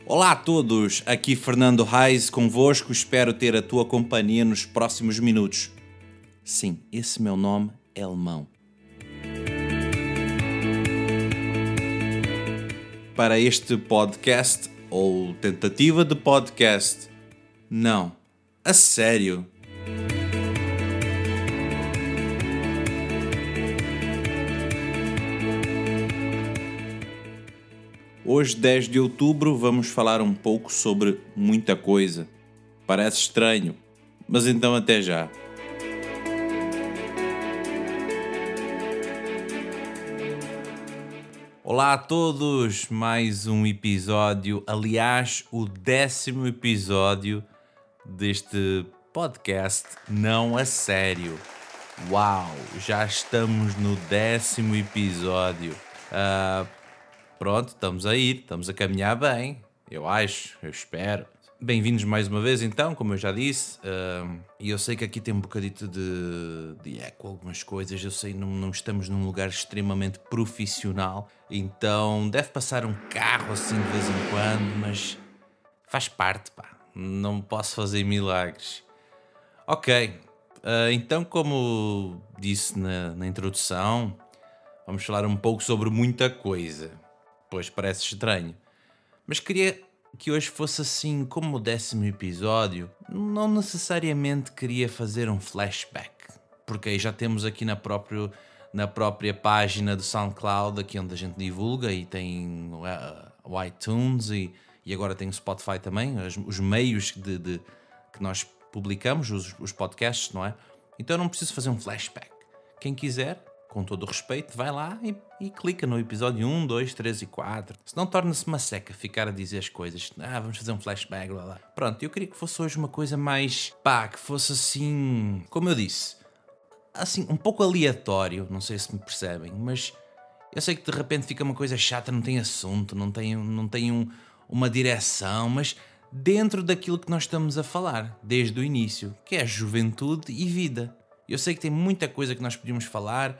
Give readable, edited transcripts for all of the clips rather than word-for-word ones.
Olá a todos, aqui Fernando Reis convosco, espero ter a tua companhia nos próximos minutos. Sim, esse meu nome é alemão. Para este podcast, ou tentativa de podcast, não, a sério. Hoje, 10 de outubro, vamos falar um pouco sobre muita coisa. Parece estranho, mas então até já. Olá a todos, mais um episódio, aliás, o 10º episódio deste podcast Não a Sério. Uau, já estamos no 10º episódio. Pronto, estamos a ir, estamos a caminhar bem, eu acho, eu espero. Bem-vindos mais uma vez então, como eu já disse, e eu sei que aqui tem um bocadito de eco, algumas coisas, eu sei, não estamos num lugar extremamente profissional, então deve passar um carro assim de vez em quando, mas faz parte, pá, não posso fazer milagres. Ok, então como disse na introdução, vamos falar um pouco sobre muita coisa. Pois parece estranho. Mas queria que hoje fosse assim, como o 10º episódio, não necessariamente queria fazer um flashback, porque aí já temos aqui na própria página do SoundCloud, aqui onde a gente divulga, e tem o iTunes e agora tem o Spotify também, os meios que nós publicamos, os podcasts, não é? Então eu não preciso fazer um flashback. Quem quiser, com todo o respeito, vai lá e clica no episódio 1, 2, 3 e 4. Senão torna-se uma seca ficar a dizer as coisas. Vamos fazer um flashback, blá blá. Pronto, eu queria que fosse hoje uma coisa mais... que fosse assim... Como eu disse, assim, um pouco aleatório, não sei se me percebem, mas eu sei que de repente fica uma coisa chata, não tem assunto, não tem uma direção, mas dentro daquilo que nós estamos a falar, desde o início, que é juventude e vida. Eu sei que tem muita coisa que nós podíamos falar,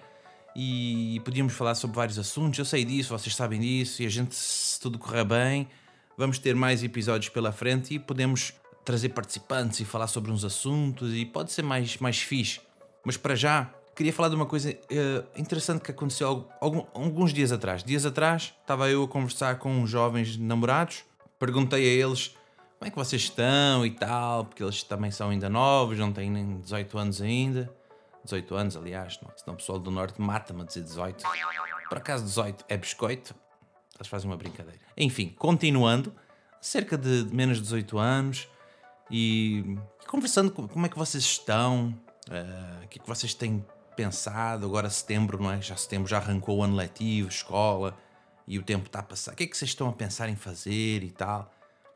e podíamos falar sobre vários assuntos, eu sei disso, vocês sabem disso, e a gente, se tudo correr bem, vamos ter mais episódios pela frente e podemos trazer participantes e falar sobre uns assuntos e pode ser mais fixe. Mas para já, queria falar de uma coisa interessante que aconteceu alguns dias atrás. Dias atrás, estava eu a conversar com uns jovens namorados, perguntei a eles como é que vocês estão e tal, porque eles também são ainda novos, não têm nem 18 anos ainda. 18 anos, aliás, não. Senão o pessoal do Norte mata-me a dizer 18. Por acaso 18 é biscoito? Eles fazem uma brincadeira. Enfim, continuando, cerca de menos de 18 anos e conversando como é que vocês estão, o que é que vocês têm pensado. Agora setembro, não é? Já setembro já arrancou o ano letivo, escola, e o tempo está a passar. O que é que vocês estão a pensar em fazer e tal?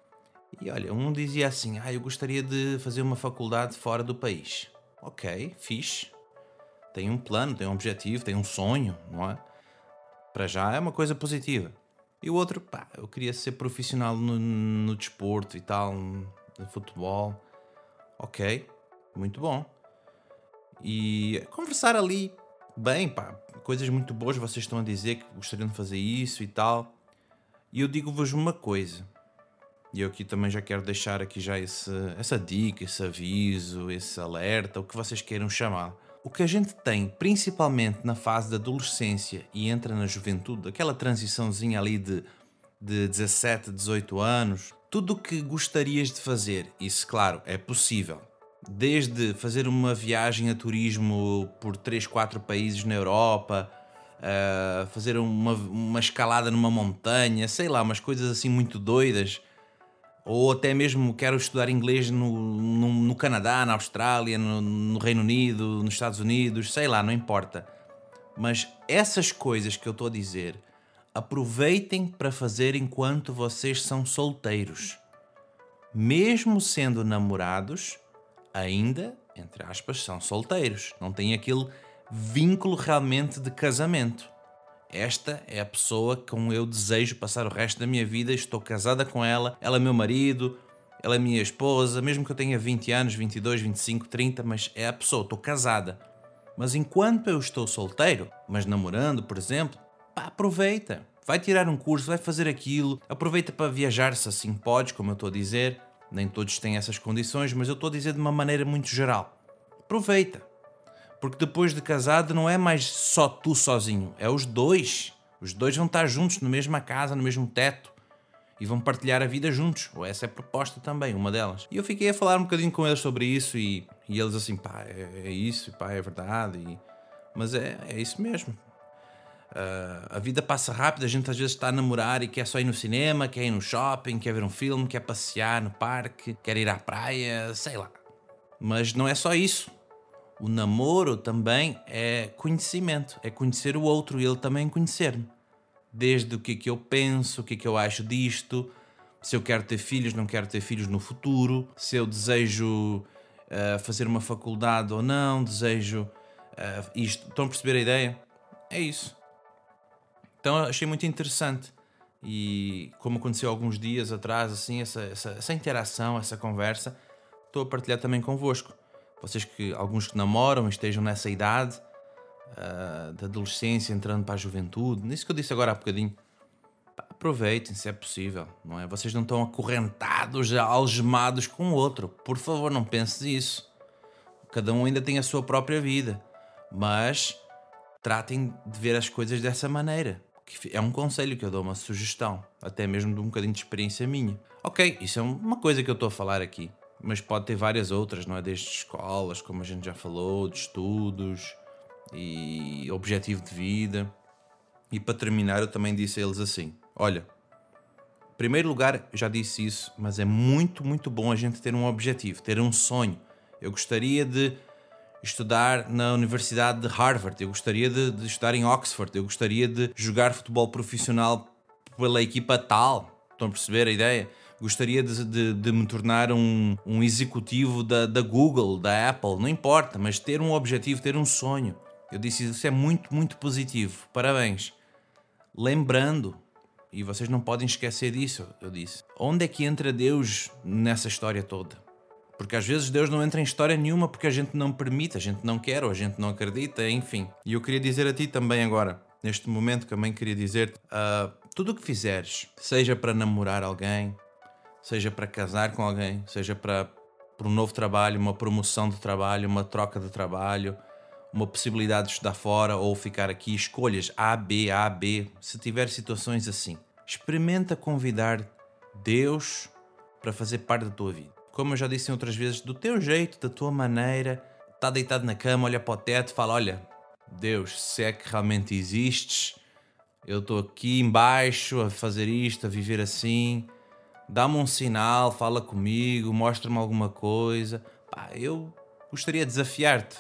E olha, um dizia assim, eu gostaria de fazer uma faculdade fora do país. Ok, fixe. Tem um plano, tem um objetivo, tem um sonho, não é? Para já é uma coisa positiva. E o outro, eu queria ser profissional no desporto e tal, no futebol. Ok, muito bom. E conversar ali, bem, coisas muito boas, vocês estão a dizer que gostariam de fazer isso e tal. E eu digo-vos uma coisa, e eu aqui também já quero deixar aqui já essa dica, esse aviso, esse alerta, o que vocês queiram chamar. O que a gente tem, principalmente na fase da adolescência e entra na juventude, aquela transiçãozinha ali de 17, 18 anos, tudo o que gostarias de fazer, isso claro, é possível. Desde fazer uma viagem a turismo por 3, 4 países na Europa, fazer uma escalada numa montanha, sei lá, umas coisas assim muito doidas. Ou até mesmo quero estudar inglês no Canadá, na Austrália, no Reino Unido, nos Estados Unidos, sei lá, não importa. Mas essas coisas que eu estou a dizer, aproveitem para fazer enquanto vocês são solteiros. Mesmo sendo namorados, ainda, entre aspas, são solteiros. Não têm aquele vínculo realmente de casamento. Esta é a pessoa com eu desejo passar o resto da minha vida, estou casada com ela, ela é meu marido, ela é minha esposa, mesmo que eu tenha 20 anos, 22, 25, 30, mas é a pessoa, estou casada. Mas enquanto eu estou solteiro, mas namorando, por exemplo, aproveita. Vai tirar um curso, vai fazer aquilo, aproveita para viajar se assim podes, como eu estou a dizer. Nem todos têm essas condições, mas eu estou a dizer de uma maneira muito geral. Aproveita. Porque depois de casado não é mais só tu sozinho, é os dois. Os dois vão estar juntos na mesma casa, no mesmo teto. E vão partilhar a vida juntos. Ou essa é a proposta também, uma delas. E eu fiquei a falar um bocadinho com eles sobre isso e eles assim, pá, é isso, pá, é verdade. Mas é isso mesmo. A vida passa rápido, a gente às vezes está a namorar e quer só ir no cinema, quer ir no shopping, quer ver um filme, quer passear no parque, quer ir à praia, sei lá. Mas não é só isso. O namoro também é conhecimento, é conhecer o outro e ele também conhecer-me. Desde o que é que eu penso, o que é que eu acho disto, se eu quero ter filhos, não quero ter filhos no futuro, se eu desejo fazer uma faculdade ou não, desejo isto. Estão a perceber a ideia? É isso. Então achei muito interessante e como aconteceu alguns dias atrás, assim, essa interação, essa conversa, estou a partilhar também convosco. Vocês que, alguns que namoram e estejam nessa idade da adolescência, entrando para a juventude, nisso que eu disse agora há bocadinho, pá, aproveitem se é possível, não é? Vocês não estão acorrentados, algemados com o outro. Por favor, não penses isso. Cada um ainda tem a sua própria vida, mas tratem de ver as coisas dessa maneira. É um conselho que eu dou, uma sugestão, até mesmo de um bocadinho de experiência minha. Ok, isso é uma coisa que eu estou a falar aqui, mas pode ter várias outras, não é? Desde escolas, como a gente já falou, de estudos e objetivo de vida. E para terminar, eu também disse a eles assim: olha, em primeiro lugar, eu já disse isso, mas é muito, muito bom a gente ter um objetivo, ter um sonho. Eu gostaria de estudar na Universidade de Harvard, eu gostaria de estudar em Oxford, eu gostaria de jogar futebol profissional pela equipa tal. Estão a perceber a ideia? Gostaria de me tornar um executivo da Google, da Apple, não importa, mas ter um objetivo, ter um sonho. Eu disse isso é muito, muito positivo. Parabéns. Lembrando, e vocês não podem esquecer disso, eu disse, onde é que entra Deus nessa história toda? Porque às vezes Deus não entra em história nenhuma porque a gente não permite, a gente não quer ou a gente não acredita, enfim. E eu queria dizer a ti também agora, neste momento também queria dizer-te, tudo o que fizeres, seja para namorar alguém, seja para casar com alguém, seja para um novo trabalho, uma promoção de trabalho, uma troca de trabalho, uma possibilidade de estudar fora ou ficar aqui, escolhas A, B, se tiver situações assim. Experimenta convidar Deus para fazer parte da tua vida. Como eu já disse em outras vezes, do teu jeito, da tua maneira, está deitado na cama, olha para o teto, fala, olha, Deus, se é que realmente existes, eu estou aqui embaixo a fazer isto, a viver assim, dá-me um sinal, fala comigo, mostra-me alguma coisa. Pá, eu gostaria de desafiar-te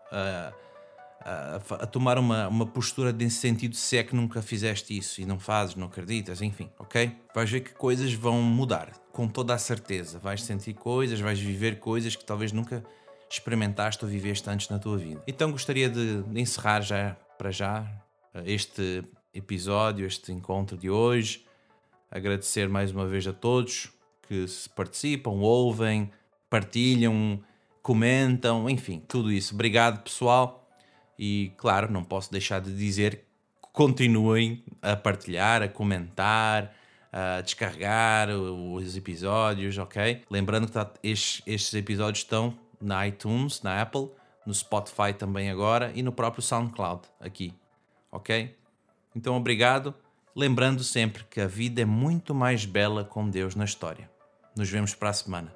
a tomar uma postura nesse sentido, se é que nunca fizeste isso e não fazes, não acreditas, enfim, ok? Vais ver que coisas vão mudar, com toda a certeza. Vais sentir coisas, vais viver coisas que talvez nunca experimentaste ou viveste antes na tua vida. Então gostaria de encerrar já este episódio, este encontro de hoje. Agradecer mais uma vez a todos que participam, ouvem, partilham, comentam, enfim, tudo isso. Obrigado, pessoal. E, claro, não posso deixar de dizer que continuem a partilhar, a comentar, a descarregar os episódios, ok? Lembrando que estes episódios estão na iTunes, na Apple, no Spotify também agora e no próprio SoundCloud aqui, ok? Então, obrigado. Lembrando sempre que a vida é muito mais bela com Deus na história. Nos vemos para a semana.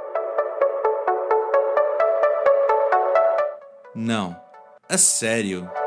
Não. A sério?